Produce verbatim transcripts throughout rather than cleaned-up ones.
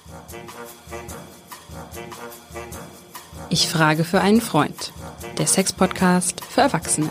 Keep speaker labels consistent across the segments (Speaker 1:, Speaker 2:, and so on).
Speaker 1: Ich frage für einen Freund. Der Sex-Podcast für Erwachsene.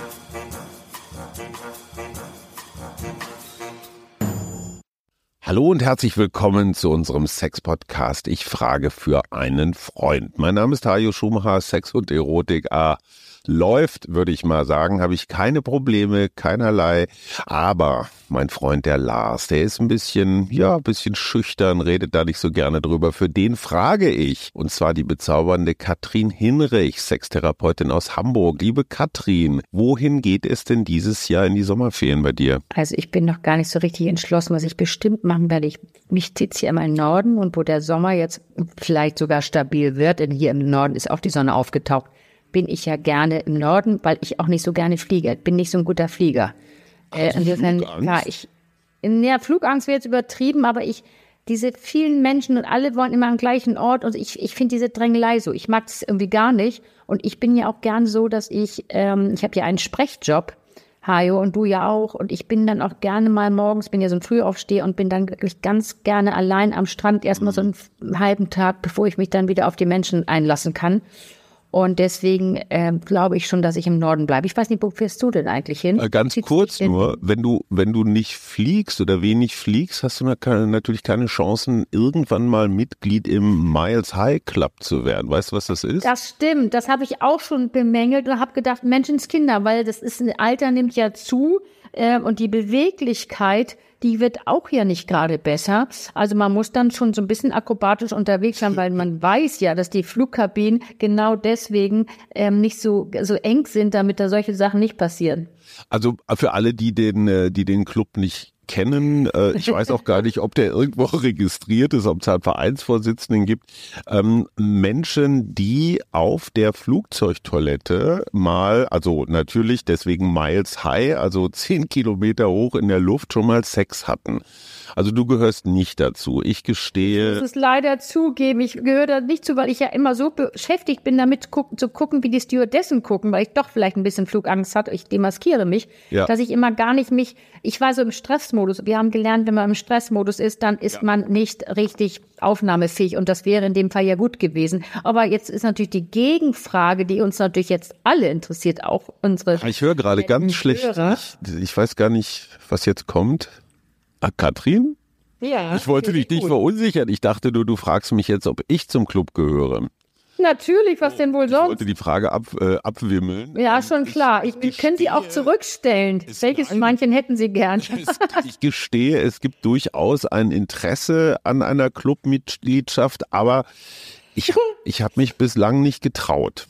Speaker 2: Hallo und herzlich willkommen zu unserem Sex-Podcast. Ich frage für einen Freund. Mein Name ist Hajo Schumacher, Sex und Erotik. Ah, läuft, würde ich mal sagen, habe ich keine Probleme, keinerlei. Aber mein Freund, der Lars, der ist ein bisschen, ja, ein bisschen schüchtern, redet da nicht so gerne drüber. Für den frage ich, und zwar die bezaubernde Katrin Hinrich, Sextherapeutin aus Hamburg. Liebe Katrin, wohin geht es denn dieses Jahr in die Sommerferien bei dir?
Speaker 3: Also ich bin noch gar nicht so richtig entschlossen, was ich bestimmt machen werde. Ich, mich zieht hier immer in den Norden und wo der Sommer jetzt vielleicht sogar stabil wird, denn hier im Norden ist auch die Sonne aufgetaucht, bin ich ja gerne im Norden, weil ich auch nicht so gerne fliege. Ich bin nicht so ein guter Flieger. Äh, insofern, ja, ich, ja, Flugangst wäre jetzt übertrieben, aber ich, diese vielen Menschen und alle wollen immer am gleichen Ort und ich, ich finde diese Drängelei so. Ich mag das irgendwie gar nicht und ich bin ja auch gern so, dass ich, ähm, ich habe ja einen Sprechjob, Hajo, und du ja auch. Und ich bin dann auch gerne mal morgens, bin ja so ein Frühaufsteher und bin dann wirklich ganz gerne allein am Strand, erstmal so einen halben Tag, bevor ich mich dann wieder auf die Menschen einlassen kann. Und deswegen äh, glaube ich schon, dass ich im Norden bleibe. Ich weiß nicht, wo fährst du denn eigentlich hin?
Speaker 2: Äh, ganz
Speaker 3: Zieht's
Speaker 2: kurz
Speaker 3: hin?
Speaker 2: nur, wenn du wenn du nicht fliegst oder wenig fliegst, hast du natürlich keine Chancen, irgendwann mal Mitglied im Miles High Club zu werden. Weißt du, was das ist?
Speaker 3: Das stimmt, das habe ich auch schon bemängelt und habe gedacht, Menschenskinder, weil das ist ein Alter nimmt ja zu äh, und die Beweglichkeit, die wird auch ja nicht gerade besser. Also man muss dann schon so ein bisschen akrobatisch unterwegs sein, weil man weiß ja, dass die Flugkabinen genau deswegen ähm, nicht so so eng sind, damit da solche Sachen nicht passieren.
Speaker 2: Also für alle, die den die den Club nicht kennen, äh, ich weiß auch gar nicht, ob der irgendwo registriert ist, ob es einen Vereinsvorsitzenden gibt, ähm, Menschen, die auf der Flugzeugtoilette mal, also natürlich deswegen Miles High, also zehn Kilometer hoch in der Luft schon mal Sex hatten. Also du gehörst nicht dazu. Ich gestehe.
Speaker 3: Ich muss es leider zugeben, ich gehöre da nicht zu, weil ich ja immer so beschäftigt bin, damit gucken, zu gucken, wie die Stewardessen gucken, weil ich doch vielleicht ein bisschen Flugangst hatte. Ich demaskiere mich, ja. Dass ich immer gar nicht mich, ich war so im Stressmodus. Wir haben gelernt, wenn man im Stressmodus ist, dann ist ja. man nicht richtig aufnahmefähig und das wäre in dem Fall ja gut gewesen. Aber jetzt ist natürlich die Gegenfrage, die uns natürlich jetzt alle interessiert, auch unsere.
Speaker 2: Ich höre gerade ganz schlecht. Ich, ich weiß gar nicht, was jetzt kommt. Ah, Katrin?
Speaker 3: Ja.
Speaker 2: Ich wollte dich nicht verunsichern. Ich dachte nur, du fragst mich jetzt, ob ich zum Club gehöre.
Speaker 3: Natürlich, was denn wohl sonst?
Speaker 2: Ich wollte die Frage ab, äh, abwimmeln.
Speaker 3: Ja, schon klar. Ich, ich können Sie auch zurückstellen. Welches Schweinchen hätten Sie gern?
Speaker 2: Ich gestehe, es gibt durchaus ein Interesse an einer Clubmitgliedschaft, aber ich, ich habe mich bislang nicht getraut.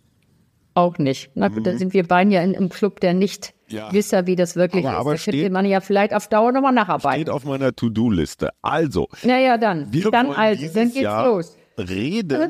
Speaker 3: Auch nicht. Na gut, mhm. Dann sind wir beiden ja in einem Club, der nicht ja. Wisser, wie das wirklich aber, ist. Aber da könnte man ja vielleicht auf Dauer nochmal nacharbeiten.
Speaker 2: Steht auf meiner To-Do-Liste. Also.
Speaker 3: Naja, dann.
Speaker 2: Wir
Speaker 3: dann
Speaker 2: wollen
Speaker 3: also, dann geht's
Speaker 2: Jahr
Speaker 3: los.
Speaker 2: Reden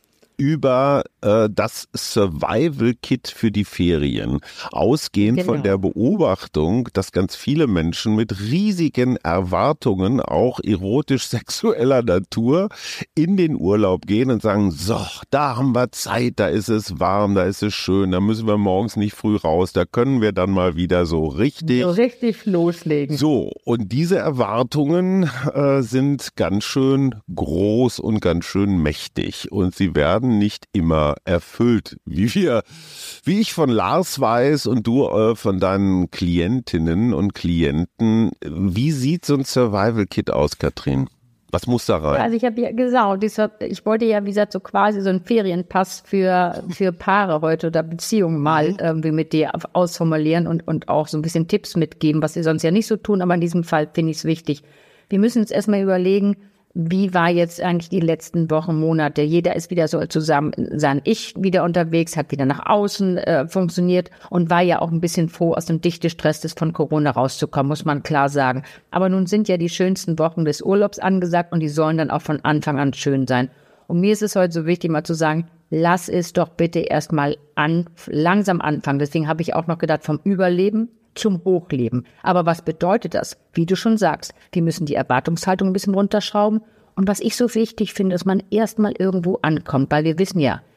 Speaker 2: über äh, das Survival-Kit für die Ferien. Ausgehend genau. von der Beobachtung, dass ganz viele Menschen mit riesigen Erwartungen, auch erotisch-sexueller Natur, in den Urlaub gehen und sagen, so, da haben wir Zeit, da ist es warm, da ist es schön, da müssen wir morgens nicht früh raus, da können wir dann mal wieder so richtig...
Speaker 3: So richtig loslegen.
Speaker 2: So, und diese Erwartungen äh, sind ganz schön groß und ganz schön mächtig und sie werden nicht immer erfüllt, wie wir, wie ich von Lars weiß und du äh, von deinen Klientinnen und Klienten. Wie sieht so ein Survival-Kit aus, Katrin? Was muss da rein?
Speaker 3: Also ich habe ja gesagt, ich wollte ja, wie gesagt, so quasi so einen Ferienpass für für Paare heute oder Beziehungen mal mhm. irgendwie mit dir ausformulieren und und auch so ein bisschen Tipps mitgeben, was sie sonst ja nicht so tun, aber in diesem Fall finde ich es wichtig. Wir müssen uns erstmal überlegen, wie war jetzt eigentlich die letzten Wochen, Monate? Jeder ist wieder so zusammen, sein Ich wieder unterwegs, hat wieder nach außen äh, funktioniert und war ja auch ein bisschen froh, aus dem Dichtestress des von Corona rauszukommen, muss man klar sagen. Aber nun sind ja die schönsten Wochen des Urlaubs angesagt und die sollen dann auch von Anfang an schön sein. Und mir ist es heute so wichtig, mal zu sagen, lass es doch bitte erstmal an, langsam anfangen. Deswegen habe ich auch noch gedacht, vom Überleben zum Hochleben. Aber was bedeutet das? Wie du schon sagst, wir müssen die Erwartungshaltung ein bisschen runterschrauben. Und was ich so wichtig finde, dass man erstmal irgendwo ankommt, weil wir wissen ja,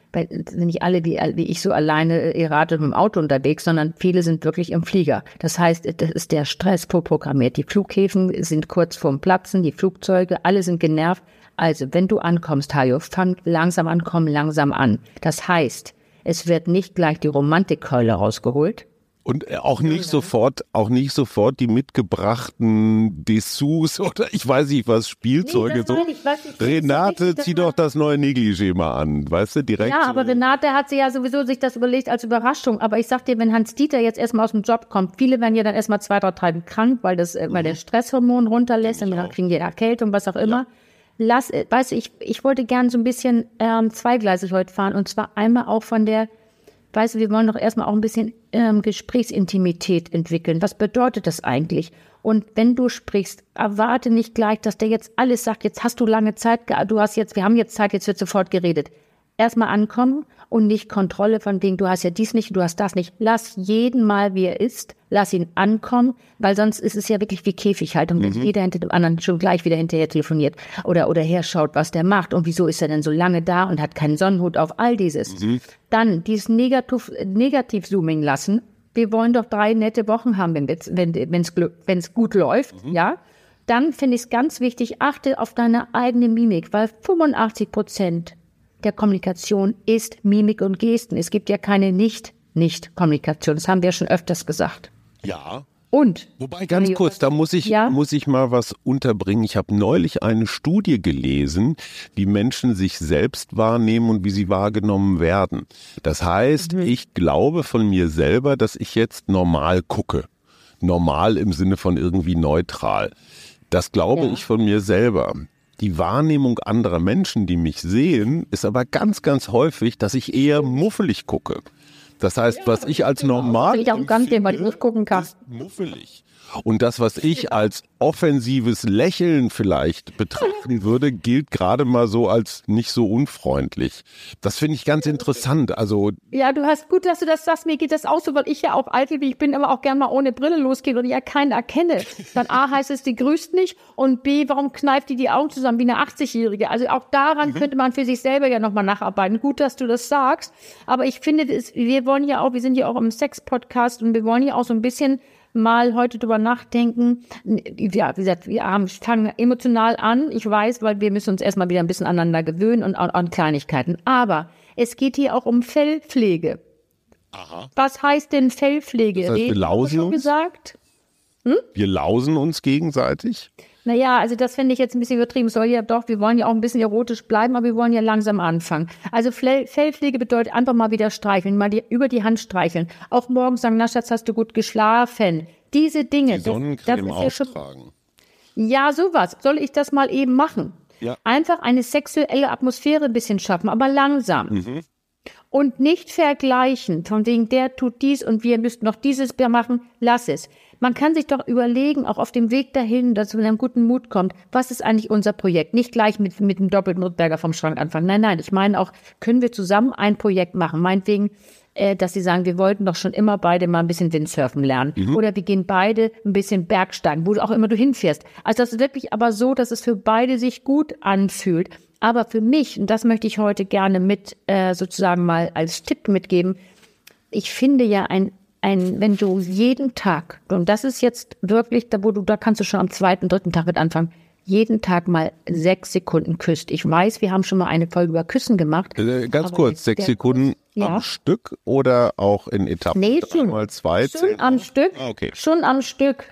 Speaker 3: weil sind nicht alle wie, wie ich so alleine erratisch mit dem Auto unterwegs, sondern viele sind wirklich im Flieger. Das heißt, das ist der Stress vorprogrammiert. Die Flughäfen sind kurz vorm Platzen, die Flugzeuge, alle sind genervt. Also, wenn du ankommst, Hajo, fang langsam an, komm langsam an. Das heißt, es wird nicht gleich die Romantikkeule rausgeholt.
Speaker 2: Und auch nicht sofort, auch nicht sofort die mitgebrachten Dessous oder ich weiß nicht was, Spielzeuge.
Speaker 3: Nee, das meine ich, was ich,
Speaker 2: Renate,
Speaker 3: so wichtig,
Speaker 2: zieh doch das neue Negligé mal an, weißt du, direkt.
Speaker 3: Ja,
Speaker 2: so.
Speaker 3: aber Renate hat sich ja sowieso sich das überlegt als Überraschung. Aber ich sag dir, wenn Hans-Dieter jetzt erstmal aus dem Job kommt, viele werden ja dann erstmal zwei, drei Tage krank, weil das, mhm. weil der Stresshormon runterlässt und dann kriegen die Erkältung, was auch immer. Ja. Lass, weißt du, ich, ich wollte gern so ein bisschen ähm, zweigleisig heute fahren und zwar einmal auch von der, weißt du, wir wollen doch erstmal auch ein bisschen ähm, Gesprächsintimität entwickeln. Was bedeutet das eigentlich? Und wenn du sprichst, erwarte nicht gleich, dass der jetzt alles sagt, jetzt hast du lange Zeit, du hast jetzt, wir haben jetzt Zeit, jetzt wird sofort geredet. Erstmal ankommen und nicht Kontrolle von wegen, du hast ja dies nicht, du hast das nicht. Lass jeden mal, wie er ist, lass ihn ankommen, weil sonst ist es ja wirklich wie Käfighaltung, wenn mhm. jeder hinter dem anderen schon gleich wieder hinterher telefoniert oder, oder herschaut, was der macht und wieso ist er denn so lange da und hat keinen Sonnenhut auf, all dieses. Mhm. Dann dieses Negativ, Negativ-Zooming lassen. Wir wollen doch drei nette Wochen haben, wenn es wenn, wenn's, wenn's gut läuft, mhm. ja. Dann finde ich es ganz wichtig, achte auf deine eigene Mimik, weil fünfundachtzig Prozent der Kommunikation ist Mimik und Gesten. Es gibt ja keine Nicht-Nicht-Kommunikation. Das haben wir schon öfters gesagt.
Speaker 2: Ja.
Speaker 3: Und?
Speaker 2: Wobei, ganz kurz, da muss ich, ja? muss ich mal was unterbringen. Ich habe neulich eine Studie gelesen, wie Menschen sich selbst wahrnehmen und wie sie wahrgenommen werden. Das heißt, mhm. ich glaube von mir selber, dass ich jetzt normal gucke. Normal im Sinne von irgendwie neutral. Das glaube ja. ich von mir selber. Die Wahrnehmung anderer Menschen, die mich sehen, ist aber ganz, ganz häufig, dass ich eher muffelig gucke. Das heißt, was ich als normal
Speaker 3: ich auch ganz empfinde, den, nicht gucken kann.
Speaker 2: ist muffelig. Und das, was ich als offensives Lächeln vielleicht betrachten würde, gilt gerade mal so als nicht so unfreundlich. Das finde ich ganz interessant. Also
Speaker 3: ja, du hast gut, dass du das sagst. Mir geht das auch so, weil ich ja auch alt bin. Ich bin immer auch gern mal ohne Brille losgehe und ich ja keinen erkenne. Dann A heißt es, die grüßt nicht und B, warum kneift die die Augen zusammen wie eine achtzigjährige? Also auch daran mhm. könnte man für sich selber ja nochmal nacharbeiten. Gut, dass du das sagst. Aber ich finde, das, wir wollen ja auch, wir sind ja auch im Sex-Podcast und wir wollen ja auch so ein bisschen mal heute drüber nachdenken. Ja, wie gesagt, wir haben, fangen emotional an. Ich weiß, weil wir müssen uns erstmal wieder ein bisschen aneinander gewöhnen und an, an Kleinigkeiten. Aber es geht hier auch um Fellpflege. Aha. Was heißt denn Fellpflege?
Speaker 2: Das heißt, wir lausen uns?
Speaker 3: Gesagt? Hm?
Speaker 2: Wir lausen uns gegenseitig?
Speaker 3: Naja, also das finde ich jetzt ein bisschen übertrieben. Soll ja doch, wir wollen ja auch ein bisschen erotisch bleiben, aber wir wollen ja langsam anfangen. Also Fellpflege bedeutet einfach mal wieder streicheln, mal die, über die Hand streicheln. Auch morgens sagen, na Schatz, hast du gut geschlafen? Diese Dinge.
Speaker 2: Die Sonnencreme
Speaker 3: das, das ist
Speaker 2: auftragen.
Speaker 3: Ja, schon, ja, sowas. Soll ich das mal eben machen?
Speaker 2: Ja.
Speaker 3: Einfach eine sexuelle Atmosphäre ein bisschen schaffen, aber langsam. Mhm. Und nicht vergleichen, von wegen, der tut dies und wir müssten noch dieses machen, lass es. Man kann sich doch überlegen, auch auf dem Weg dahin, dass man in einem guten Mut kommt, was ist eigentlich unser Projekt? Nicht gleich mit, mit dem doppelten Rückberger vom Schrank anfangen. Nein, nein, ich meine auch, können wir zusammen ein Projekt machen? Meinetwegen, äh, dass sie sagen, wir wollten doch schon immer beide mal ein bisschen Windsurfen lernen. Mhm. Oder wir gehen beide ein bisschen Bergsteigen, wo du auch immer du hinfährst. Also das ist wirklich aber so, dass es für beide sich gut anfühlt. Aber für mich, und das möchte ich heute gerne mit äh, sozusagen mal als Tipp mitgeben, ich finde ja ein, ein, wenn du jeden Tag, und das ist jetzt wirklich, da wo du, da kannst du schon am zweiten, dritten Tag mit anfangen, jeden Tag mal sechs Sekunden küsst. Ich weiß, wir haben schon mal eine Folge über Küssen gemacht.
Speaker 2: Äh, ganz kurz, sechs Sekunden Kuss, am ja. Stück oder auch in Etappen?
Speaker 3: Nee, schon,
Speaker 2: mal zwei,
Speaker 3: schon am Stück.
Speaker 2: Ah, okay.
Speaker 3: Schon am Stück.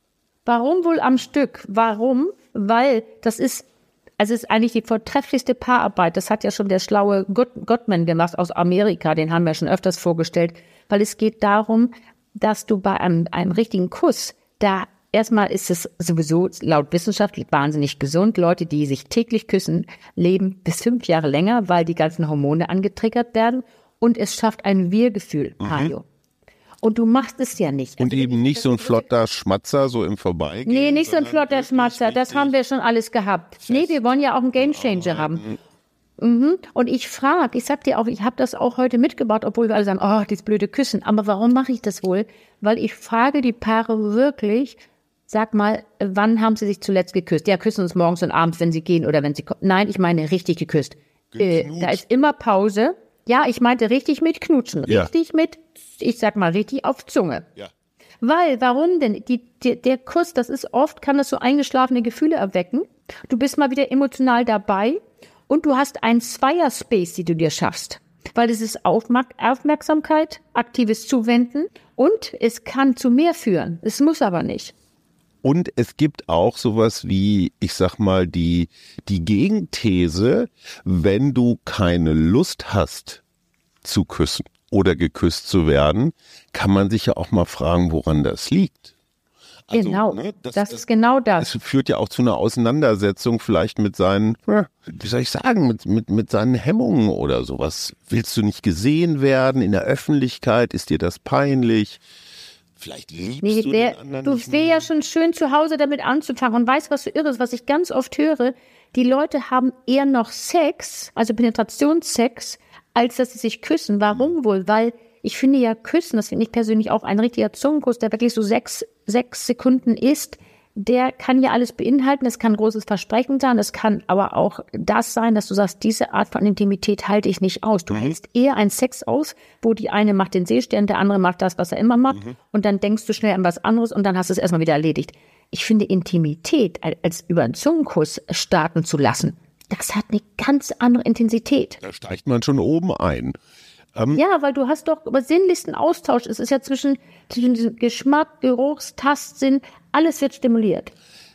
Speaker 3: Warum wohl am Stück? Warum? Weil das ist Also es ist eigentlich die vortrefflichste Paararbeit. Das hat ja schon der schlaue Gott- Gottman gemacht aus Amerika. Den haben wir schon öfters vorgestellt. Weil es geht darum, dass du bei einem, einem richtigen Kuss, da erstmal ist es sowieso laut Wissenschaft wahnsinnig gesund. Leute, die sich täglich küssen, leben bis fünf Jahre länger, weil die ganzen Hormone angetriggert werden. Und es schafft ein Wir-Gefühl, Hajo. Mhm. Und du machst es ja nicht.
Speaker 2: Und also eben nicht so ein flotter Schmatzer so im Vorbeigehen.
Speaker 3: Nee, nicht so ein flotter Schmatzer. Das haben wir schon alles gehabt. Fest. Nee, wir wollen ja auch einen Gamechanger haben. Mhm. Und ich frage, ich sag dir auch, ich habe das auch heute mitgebracht, obwohl wir alle sagen, oh, dieses blöde Küssen. Aber warum mache ich das wohl? Weil ich frage die Paare wirklich, sag mal, wann haben sie sich zuletzt geküsst? Ja, küssen uns morgens und abends, wenn sie gehen oder wenn sie kommen. Nein, ich meine richtig geküsst. Äh, da ist immer Pause. Ja, ich meinte richtig mit Knutschen,
Speaker 2: Ja.
Speaker 3: richtig mit, ich sag mal, richtig auf Zunge.
Speaker 2: Ja.
Speaker 3: Weil, warum denn? Die, die, der Kuss, das ist oft, kann das so eingeschlafene Gefühle erwecken. Du bist mal wieder emotional dabei und du hast einen Zweierspace, die du dir schaffst. Weil es ist Aufmerk- Aufmerksamkeit, aktives Zuwenden und es kann zu mehr führen. Es muss aber nicht.
Speaker 2: Und es gibt auch sowas wie, ich sag mal, die, die Gegenthese, wenn du keine Lust hast zu küssen oder geküsst zu werden, kann man sich ja auch mal fragen, woran das liegt. Also,
Speaker 3: genau,
Speaker 2: ne,
Speaker 3: das, das ist genau das.
Speaker 2: Es führt ja auch zu einer Auseinandersetzung vielleicht mit seinen, wie soll ich sagen, mit, mit, mit seinen Hemmungen oder sowas. Willst du nicht gesehen werden in der Öffentlichkeit? Ist dir das peinlich? Vielleicht liebst
Speaker 3: Nee,
Speaker 2: du
Speaker 3: wär,
Speaker 2: den anderen
Speaker 3: du
Speaker 2: nicht
Speaker 3: wäre
Speaker 2: mehr.
Speaker 3: ja schon schön zu Hause damit anzufangen. Und weißt, was so irre ist, was ich ganz oft höre? Die Leute haben eher noch Sex, also Penetrationssex, als dass sie sich küssen. Warum wohl? Weil ich finde ja Küssen, das finde ich persönlich auch ein richtiger Zungenkuss, der wirklich so sechs, sechs Sekunden ist, der kann ja alles beinhalten. Das kann ein großes Versprechen sein. Das kann aber auch das sein, dass du sagst, diese Art von Intimität halte ich nicht aus. Du hältst eher einen Sex aus, wo die eine macht den Seestern, der andere macht das, was er immer macht. Mhm. Und dann denkst du schnell an was anderes und dann hast du es erstmal wieder erledigt. Ich finde Intimität als über einen Zungenkuss starten zu lassen, das hat eine ganz andere Intensität.
Speaker 2: Da steigt man schon oben ein. Ähm,
Speaker 3: Ja, weil du hast doch über sinnlichsten Austausch. Es ist ja zwischen, zwischen diesem Geschmack, Geruchs, Tastsinn, alles wird stimuliert.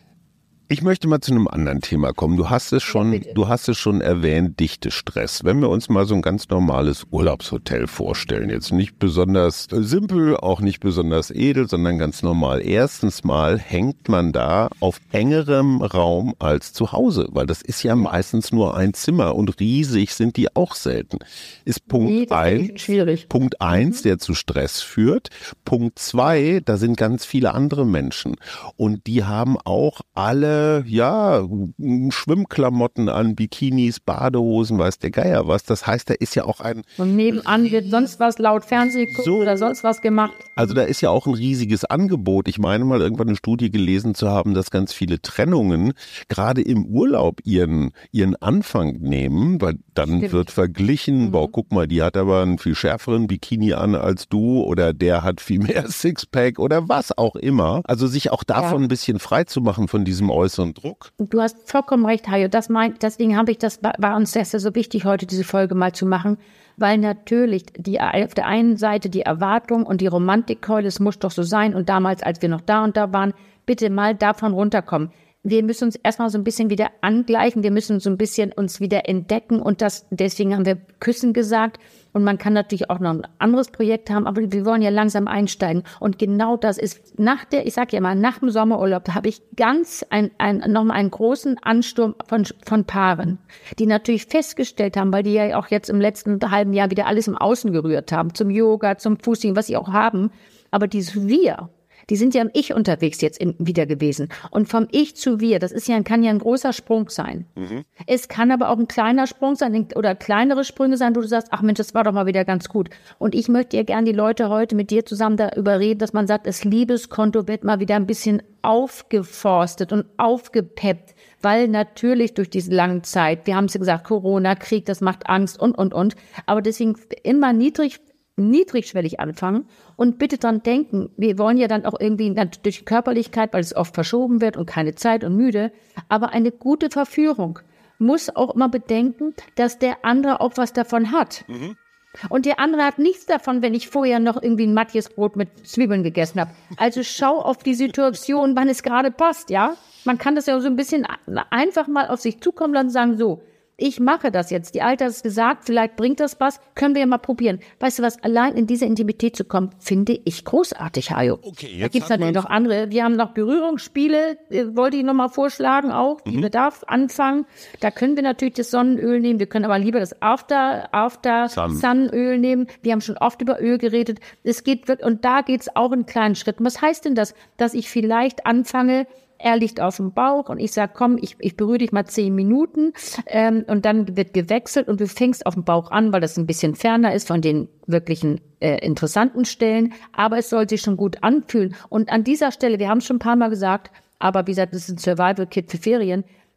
Speaker 2: Ich möchte mal zu einem anderen Thema kommen. Du hast es schon,
Speaker 3: bitte.
Speaker 2: du hast es schon erwähnt, Dichtestress. Wenn wir uns mal so ein ganz normales Urlaubshotel vorstellen, jetzt nicht besonders simpel, auch nicht besonders edel, sondern ganz normal. Erstens mal hängt man da auf engerem Raum als zu Hause, weil das ist ja meistens nur ein Zimmer und riesig sind die auch selten. Ist Punkt
Speaker 3: Nee, das finde ich
Speaker 2: eins,
Speaker 3: schwierig.
Speaker 2: Punkt eins, der zu Stress führt. Punkt zwei, da sind ganz viele andere Menschen und die haben auch alle ja, Schwimmklamotten an, Bikinis, Badehosen, weiß der Geier was. Das heißt, da ist ja auch ein...
Speaker 3: Und nebenan wird sonst was laut Fernsehen geguckt
Speaker 2: So.
Speaker 3: oder sonst was gemacht.
Speaker 2: Also da ist ja auch ein riesiges Angebot. Ich meine mal irgendwann eine Studie gelesen zu haben, dass ganz viele Trennungen gerade im Urlaub ihren, ihren Anfang nehmen, weil dann
Speaker 3: Stimmt.
Speaker 2: wird verglichen,
Speaker 3: Mhm.
Speaker 2: boah, guck mal, die hat aber einen viel schärferen Bikini an als du oder der hat viel mehr Sixpack oder was auch immer. Also sich auch davon
Speaker 3: Ja.
Speaker 2: ein bisschen frei zu machen von diesem äußeren Druck.
Speaker 3: Du hast vollkommen recht, Hajo. Das meint, deswegen habe ich das, war uns das ja so wichtig, heute diese Folge mal zu machen, weil natürlich die, auf der einen Seite die Erwartung und die Romantikkeule, es muss doch so sein und damals, als wir noch da und da waren, bitte mal davon runterkommen. Wir müssen uns erstmal so ein bisschen wieder angleichen, wir müssen so ein bisschen uns wieder entdecken und das, deswegen haben wir Küssen gesagt und man kann natürlich auch noch ein anderes Projekt haben, aber wir wollen ja langsam einsteigen und genau das ist nach der, ich sag ja mal, nach dem Sommerurlaub, da habe ich ganz ein, ein, nochmal einen großen Ansturm von, von Paaren, die natürlich festgestellt haben, weil die ja auch jetzt im letzten halben Jahr wieder alles im Außen gerührt haben, zum Yoga, zum Fußing, was sie auch haben, aber dieses Wir, die sind ja im Ich unterwegs jetzt in, wieder gewesen. Und vom Ich zu Wir, das ist ja, kann ja ein großer Sprung sein. Mhm. Es kann aber auch ein kleiner Sprung sein oder kleinere Sprünge sein, wo du sagst, ach Mensch, das war doch mal wieder ganz gut. Und ich möchte ja gern die Leute heute mit dir zusammen darüber reden, dass man sagt, das Liebeskonto wird mal wieder ein bisschen aufgeforstet und aufgepeppt, weil natürlich durch diese lange Zeit, wir haben es ja gesagt, Corona, Krieg, das macht Angst und, und, und. Aber deswegen immer niedrig niedrigschwellig anfangen und bitte dran denken, wir wollen ja dann auch irgendwie durch Körperlichkeit, weil es oft verschoben wird und keine Zeit und müde, aber eine gute Verführung muss auch immer bedenken, dass der andere auch was davon hat. Mhm. Und der andere hat nichts davon, wenn ich vorher noch irgendwie ein Matjesbrot mit Zwiebeln gegessen habe. Also schau auf die Situation, wann es gerade passt, ja? Man kann das ja so ein bisschen einfach mal auf sich zukommen lassen und sagen, so, ich mache das jetzt. Die Alte hat es gesagt, vielleicht bringt das was, können wir ja mal probieren. Weißt du was, allein in diese Intimität zu kommen, finde ich großartig, Hajo.
Speaker 2: Okay, jetzt
Speaker 3: da gibt es dann noch andere. Wir haben noch Berührungsspiele, äh, wollte ich noch mal vorschlagen auch, die mhm. wir da anfangen. Da können wir natürlich das Sonnenöl nehmen, wir können aber lieber das After, After Sun. Sunöl nehmen. Wir haben schon oft über Öl geredet. Es geht wirklich, und da geht es auch in kleinen Schritten. Was heißt denn das? Dass ich vielleicht anfange, er liegt auf dem Bauch und ich sage, komm, ich, ich berühre dich mal zehn Minuten ähm, und dann wird gewechselt und du fängst auf dem Bauch an, weil das ein bisschen ferner ist von den wirklichen äh, interessanten Stellen, aber es soll sich schon gut anfühlen. Und an dieser Stelle, wir haben es schon ein paar Mal gesagt, aber wie gesagt, das ist ein Survival-Kit für Ferien,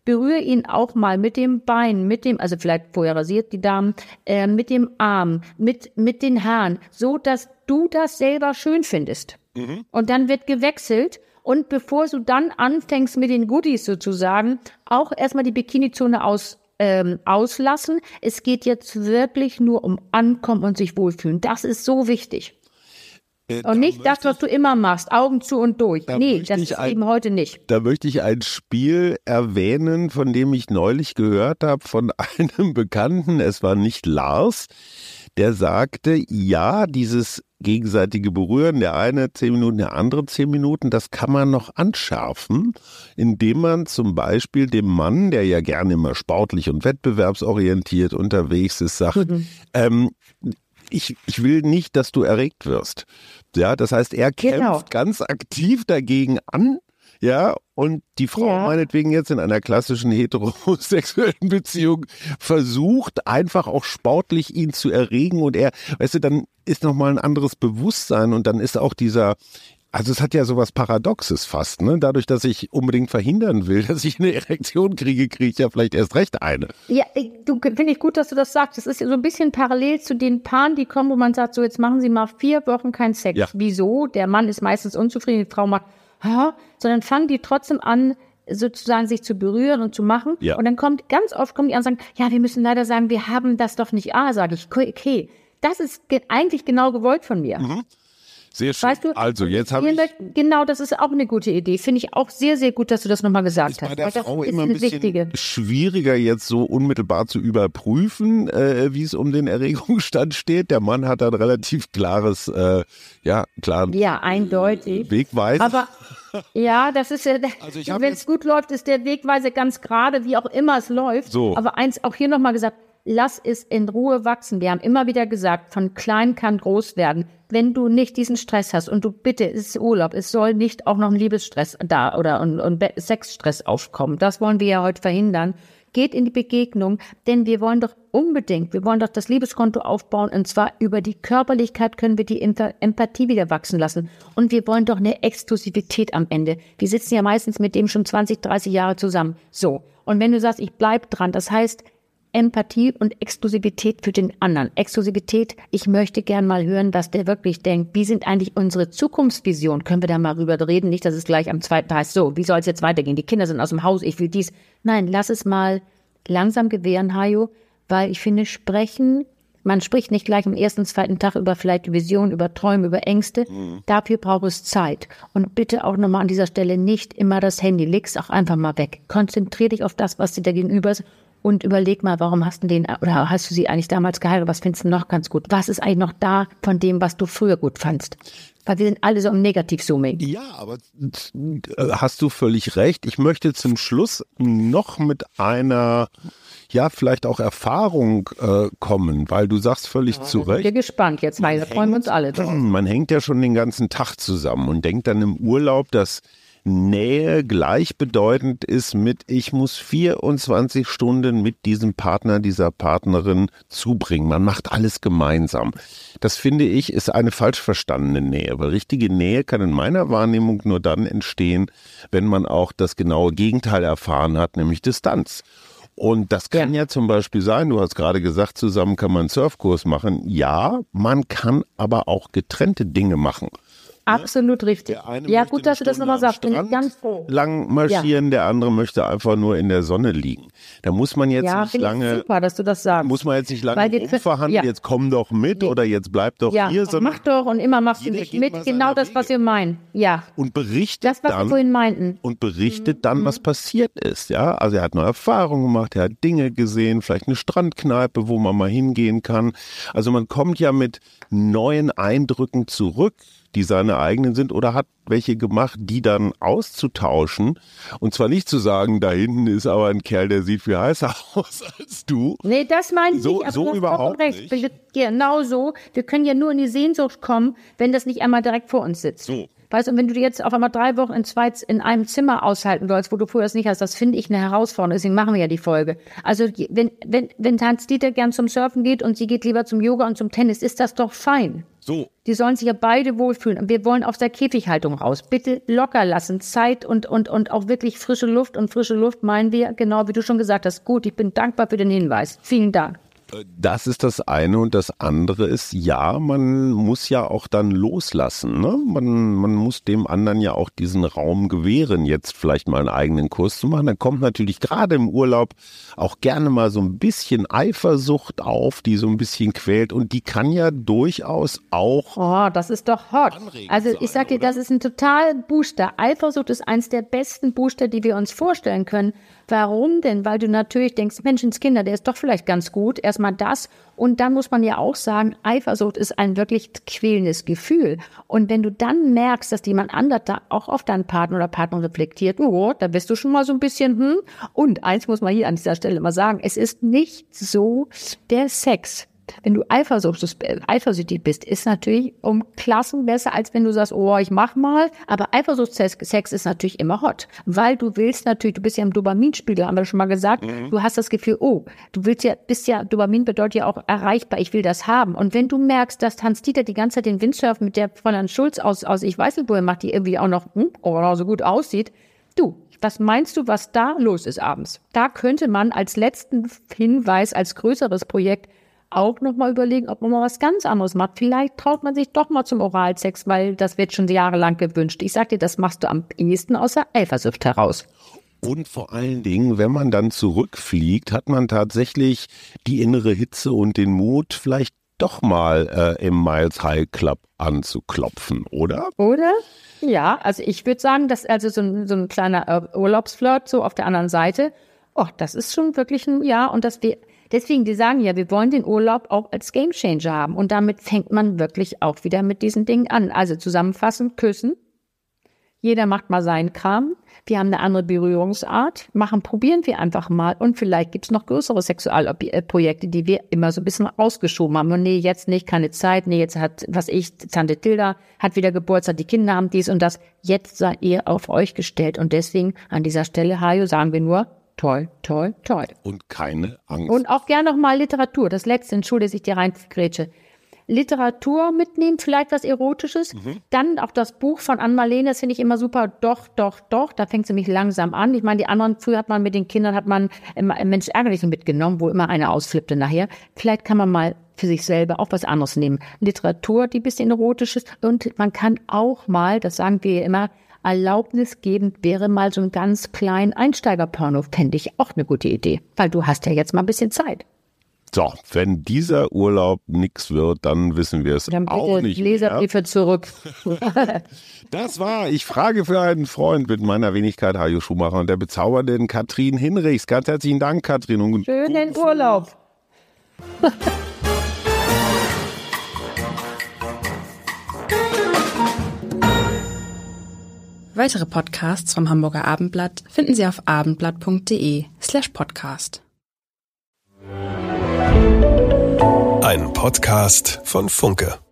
Speaker 3: berühre ihn auch mal mit dem Bein, mit dem, also vielleicht vorher rasiert die Damen, äh, mit dem Arm, mit, mit den Haaren, so dass du das selber schön findest. Mhm. Und dann wird gewechselt. Und bevor du dann anfängst mit den Goodies sozusagen, auch erstmal die Bikini-Zone aus, ähm, auslassen. Es geht jetzt wirklich nur um Ankommen und sich wohlfühlen. Das ist so wichtig. Äh, und nicht das, was du immer machst, Augen zu und durch.
Speaker 2: Da
Speaker 3: Nee, das ist
Speaker 2: ein,
Speaker 3: eben heute nicht.
Speaker 2: Da möchte ich ein Spiel erwähnen, von dem ich neulich gehört habe von einem Bekannten, es war nicht Lars, der sagte, ja, dieses gegenseitige Berühren, der eine zehn Minuten, der andere zehn Minuten, das kann man noch anschärfen, indem man zum Beispiel dem Mann, der ja gerne immer sportlich und wettbewerbsorientiert unterwegs ist, sagt, mhm. ähm, Ich, ich will nicht, dass du erregt wirst. Ja, das heißt, er kämpft genau. ganz aktiv dagegen an, ja, und die Frau ja. meinetwegen jetzt in einer klassischen heterosexuellen Beziehung versucht einfach auch sportlich ihn zu erregen und er, weißt du, dann ist nochmal ein anderes Bewusstsein und dann ist auch dieser, also es hat ja sowas Paradoxes fast, ne? Dadurch, dass ich unbedingt verhindern will, dass ich eine Erektion kriege, kriege ich ja vielleicht erst recht eine.
Speaker 3: Ja, du finde ich gut, dass du das sagst. Das ist ja so ein bisschen parallel zu den Paaren, die kommen, wo man sagt, so jetzt machen sie mal vier Wochen keinen Sex. Ja. Wieso? Der Mann ist meistens unzufrieden, die Frau macht, ha, sondern fangen die trotzdem an, sozusagen sich zu berühren und zu machen. Ja. Und dann kommt, ganz oft kommen die an und sagen, ja, wir müssen leider sagen, wir haben das doch nicht. Ah, sage ich, okay, das ist ge- eigentlich genau gewollt von mir.
Speaker 2: Mhm. Sehr schön.
Speaker 3: Weißt du,
Speaker 2: also jetzt habe ich...
Speaker 3: Genau, das ist auch eine gute Idee. Finde ich auch sehr, sehr gut, dass du das nochmal gesagt
Speaker 2: ist
Speaker 3: hast.
Speaker 2: Bei der
Speaker 3: das
Speaker 2: Frau
Speaker 3: ist
Speaker 2: immer ein bisschen
Speaker 3: wichtige.
Speaker 2: schwieriger jetzt so unmittelbar zu überprüfen, äh, wie es um den Erregungsstand steht. Der Mann hat ein relativ klares, äh, ja, klaren
Speaker 3: ja, eindeutig.
Speaker 2: Wegweiser.
Speaker 3: Aber ja, das ist ja,
Speaker 2: also
Speaker 3: wenn es gut läuft, ist der Wegweiser ganz gerade, wie auch immer es läuft.
Speaker 2: So.
Speaker 3: Aber eins auch hier nochmal gesagt, lass es in Ruhe wachsen. Wir haben immer wieder gesagt, von klein kann groß werden. Wenn du nicht diesen Stress hast und du bitte, es ist Urlaub, es soll nicht auch noch ein Liebesstress da oder und, und Sexstress aufkommen. Das wollen wir ja heute verhindern. Geht in die Begegnung, denn wir wollen doch unbedingt, wir wollen doch das Liebeskonto aufbauen und zwar über die Körperlichkeit können wir die Empathie wieder wachsen lassen und wir wollen doch eine Exklusivität am Ende. Wir sitzen ja meistens mit dem schon zwanzig, dreißig Jahre zusammen. So. Und wenn du sagst, ich bleib dran, das heißt, Empathie und Exklusivität für den anderen. Exklusivität, ich möchte gern mal hören, was der wirklich denkt. Wie sind eigentlich unsere Zukunftsvisionen? Können wir da mal rüber reden? Nicht, dass es gleich am zweiten Tag heißt, so, wie soll es jetzt weitergehen? Die Kinder sind aus dem Haus, ich will dies. Nein, lass es mal langsam gewähren, Hajo, weil ich finde, sprechen, man spricht nicht gleich am ersten, zweiten Tag über vielleicht Visionen, über Träume, über Ängste. Mhm. Dafür braucht es Zeit. Und bitte auch nochmal an dieser Stelle nicht immer das Handy. Leg's auch einfach mal weg. Konzentrier dich auf das, was dir da gegenüber ist. Und überleg mal, warum hast du den, oder hast du sie eigentlich damals geheiratet? Was findest du noch ganz gut? Was ist eigentlich noch da von dem, was du früher gut fandst? Weil wir sind alle so im Negativ-Zooming.
Speaker 2: Ja, aber hast du völlig recht. Ich möchte zum Schluss noch mit einer, ja, vielleicht auch Erfahrung äh, kommen, weil du sagst völlig ja, zu Recht.
Speaker 3: Ich bin gespannt jetzt, weil da freuen wir uns alle drauf.
Speaker 2: Man hängt ja schon den ganzen Tag zusammen und denkt dann im Urlaub, dass Nähe gleichbedeutend ist mit, ich muss vierundzwanzig Stunden mit diesem Partner, dieser Partnerin zubringen. Man macht alles gemeinsam. Das finde ich, ist eine falsch verstandene Nähe, weil richtige Nähe kann in meiner Wahrnehmung nur dann entstehen, wenn man auch das genaue Gegenteil erfahren hat, nämlich Distanz. Und das kann ja. ja zum Beispiel sein, du hast gerade gesagt, zusammen kann man einen Surfkurs machen. Ja, man kann aber auch getrennte Dinge machen.
Speaker 3: Absolut richtig. Ja, gut, dass du das nochmal sagst. Bin ich ganz froh.
Speaker 2: Lang marschieren, ja. Der andere möchte einfach nur in der Sonne liegen. Da muss man jetzt
Speaker 3: ja,
Speaker 2: nicht lange.
Speaker 3: Ja, super, dass du das sagst.
Speaker 2: Muss man jetzt nicht lange rumverhandeln. Ja. Jetzt komm doch mit nee. oder jetzt bleib doch
Speaker 3: ja.
Speaker 2: hier.
Speaker 3: Mach doch und immer machst du nicht mit. Genau das, was wir meinen. Ja.
Speaker 2: Und berichtet
Speaker 3: das, was
Speaker 2: dann.
Speaker 3: Wir vorhin meinten.
Speaker 2: Und berichtet mhm. dann, was passiert ist. Ja, also er hat neue Erfahrungen gemacht, er hat Dinge gesehen, vielleicht eine Strandkneipe, wo man mal hingehen kann. Also man kommt ja mit neuen Eindrücken zurück, die seine eigenen sind oder hat welche gemacht, die dann auszutauschen und zwar nicht zu sagen, da hinten ist aber ein Kerl, der sieht viel heißer aus als du.
Speaker 3: Nee, das meine ich
Speaker 2: so,
Speaker 3: nicht, aber
Speaker 2: so
Speaker 3: du hast
Speaker 2: überhaupt
Speaker 3: recht.
Speaker 2: nicht.
Speaker 3: Genau so. Wir können ja nur in die Sehnsucht kommen, wenn das nicht einmal direkt vor uns sitzt.
Speaker 2: So.
Speaker 3: Weißt du, und wenn du jetzt auf einmal drei Wochen in zwei, in einem Zimmer aushalten sollst, wo du früher es nicht hast, das finde ich eine Herausforderung. Deswegen machen wir ja die Folge. Also wenn, wenn, wenn Hans-Dieter gern zum Surfen geht und sie geht lieber zum Yoga und zum Tennis, ist das doch fein.
Speaker 2: So.
Speaker 3: Die sollen sich ja beide wohlfühlen. Und wir wollen aus der Käfighaltung raus. Bitte locker lassen. Zeit und, und, und auch wirklich frische Luft. Und frische Luft meinen wir, genau wie du schon gesagt hast. Gut, ich bin dankbar für den Hinweis. Vielen Dank.
Speaker 2: Das ist das eine und das andere ist, ja, man muss ja auch dann loslassen, ne? Man, man muss dem anderen ja auch diesen Raum gewähren, jetzt vielleicht mal einen eigenen Kurs zu machen. Dann kommt natürlich gerade im Urlaub auch gerne mal so ein bisschen Eifersucht auf, die so ein bisschen quält und die kann ja durchaus auch...
Speaker 3: Oh, das ist doch hot. Also ich sag dir, das ist ein total Booster. Eifersucht ist eins der besten Booster, die wir uns vorstellen können. Warum denn? Weil du natürlich denkst, Menschenskinder, der ist doch vielleicht ganz gut. Erstmal das. Und dann muss man ja auch sagen, Eifersucht ist ein wirklich quälendes Gefühl. Und wenn du dann merkst, dass jemand anderes da auch auf deinen Partner oder Partner reflektiert, oh, da bist du schon mal so ein bisschen, hm. Und eins muss man hier an dieser Stelle mal sagen, es ist nicht so der Sex. Wenn du eifersüchtig bist, ist natürlich um Klassen besser, als wenn du sagst, oh, ich mach mal. Aber Eifersuchtssex ist natürlich immer hot, weil du willst natürlich, du bist ja im Dopaminspiegel, haben wir schon mal gesagt, mhm. Du hast das Gefühl, oh, du willst ja, bist ja, Dopamin bedeutet ja auch erreichbar, ich will das haben. Und wenn du merkst, dass Hans-Dieter die ganze Zeit den Windsurf mit der von Herrn Schulz aus, aus ich weiß nicht, wo er macht, die irgendwie auch noch, hm, oh, so gut aussieht, du, was meinst du, was da los ist abends? Da könnte man als letzten Hinweis, als größeres Projekt auch noch mal überlegen, ob man mal was ganz anderes macht. Vielleicht traut man sich doch mal zum Oralsex, weil das wird schon jahrelang gewünscht. Ich sag dir, das machst du am ehesten aus der Eifersucht heraus.
Speaker 2: Und vor allen Dingen, wenn man dann zurückfliegt, hat man tatsächlich die innere Hitze und den Mut, vielleicht doch mal äh, im Miles High Club anzuklopfen, oder?
Speaker 3: Oder? Ja, also ich würde sagen, dass also so ein, so ein kleiner äh, Urlaubsflirt so auf der anderen Seite, oh, das ist schon wirklich ein, ja, und das wir deswegen, die sagen ja, wir wollen den Urlaub auch als Gamechanger haben. Und damit fängt man wirklich auch wieder mit diesen Dingen an. Also zusammenfassend, küssen. Jeder macht mal seinen Kram. Wir haben eine andere Berührungsart. Machen, probieren wir einfach mal. Und vielleicht gibt's noch größere Sexualprojekte, die wir immer so ein bisschen rausgeschoben haben. Und nee, jetzt nicht, keine Zeit. Nee, jetzt hat, was ich, Tante Tilda hat wieder Geburtstag, die Kinder haben dies und das. Jetzt seid ihr auf euch gestellt. Und deswegen an dieser Stelle, Hajo, sagen wir nur, toll, toll, toll.
Speaker 2: Und keine Angst.
Speaker 3: Und auch gerne noch mal Literatur. Das letzte, entschuldige, dass ich dir reingrätsche. Literatur mitnehmen, vielleicht was Erotisches. Mhm. Dann auch das Buch von Ann-Marlene, das finde ich immer super. Doch, doch, doch. Da fängt sie mich langsam an. Ich meine, die anderen, früher hat man mit den Kindern, hat man immer Mensch ärgerlich mitgenommen, wo immer einer ausflippte nachher. Vielleicht kann man mal für sich selber auch was anderes nehmen. Literatur, die ein bisschen erotisch ist. Und man kann auch mal, das sagen wir ja immer, erlaubnisgebend wäre mal so ein ganz kleinen Einsteigerporno, fände ich auch eine gute Idee. Weil du hast ja jetzt mal ein bisschen Zeit.
Speaker 2: So, wenn dieser Urlaub nix wird, dann wissen wir es dann auch nicht mehr.
Speaker 3: Leserbriefe zurück.
Speaker 2: Das war Ich frage für einen Freund mit meiner Wenigkeit Hajo Schumacher und der bezaubernden Katrin Hinrichs. Ganz herzlichen Dank, Katrin. Und
Speaker 3: schönen Urlaub.
Speaker 1: Weitere Podcasts vom Hamburger Abendblatt finden Sie auf abendblatt.de slash podcast.
Speaker 4: Ein Podcast von Funke.